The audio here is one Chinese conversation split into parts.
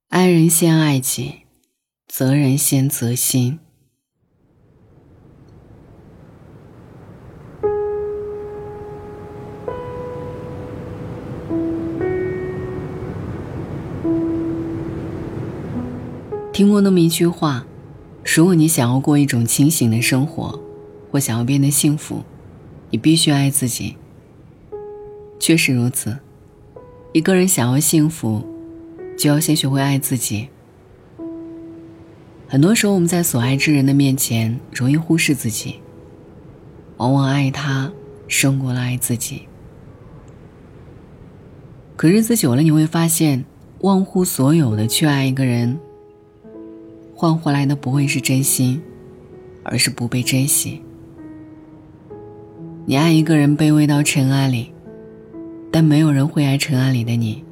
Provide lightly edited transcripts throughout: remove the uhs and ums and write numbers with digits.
爱人先爱己，责人先责心。听过那么一句话，如果你想要过一种清醒的生活，或想要变得幸福，你必须爱自己。确实如此，一个人想要幸福，就要先学会爱自己。很多时候我们在所爱之人的面前容易忽视自己，往往爱他胜过了爱自己。可日子久了，你会发现忘乎所有的去爱一个人，换回来的不会是真心，而是不被珍惜。你爱一个人卑微到尘埃里，但没有人会爱尘埃里的你。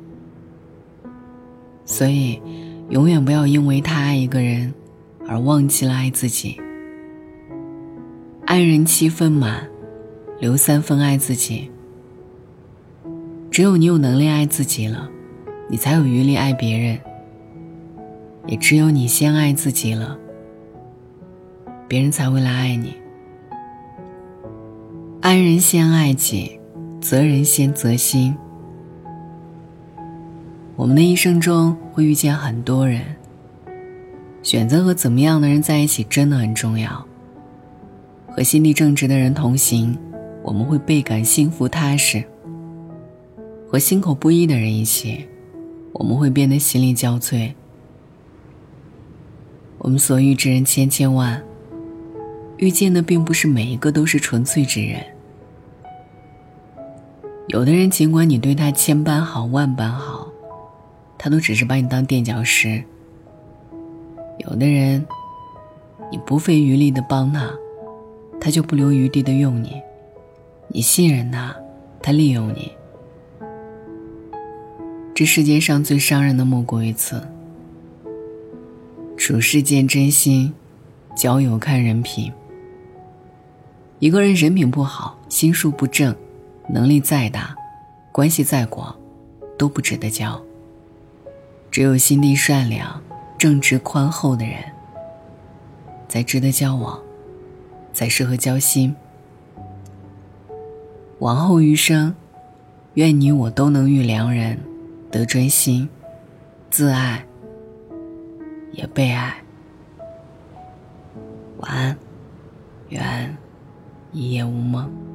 所以永远不要因为太爱一个人而忘记了爱自己。爱人7分满，留3分爱自己。只有你有能力爱自己了，你才有余力爱别人。也只有你先爱自己了，别人才会来爱你。爱人先爱己，责人先责心。我们的一生中会遇见很多人，选择和怎么样的人在一起真的很重要。和心地正直的人同行，我们会倍感幸福踏实；和心口不一的人一起，我们会变得心力交瘁。我们所遇之人千千万，遇见的并不是每一个都是纯粹之人。有的人尽管你对他千般好万般好，他都只是把你当垫脚石。有的人你不费余力的帮他，他就不留余地的用你。你信任他，他利用你。这世界上最伤人的莫过于此。处世见真心，交友看人品。一个人人品不好，心术不正，能力再大，关系再广，都不值得交。只有心地善良、正直宽厚的人，才值得交往，才适合交心。往后余生，愿你我都能遇良人，得真心，自爱也被爱。晚安，愿一夜无梦。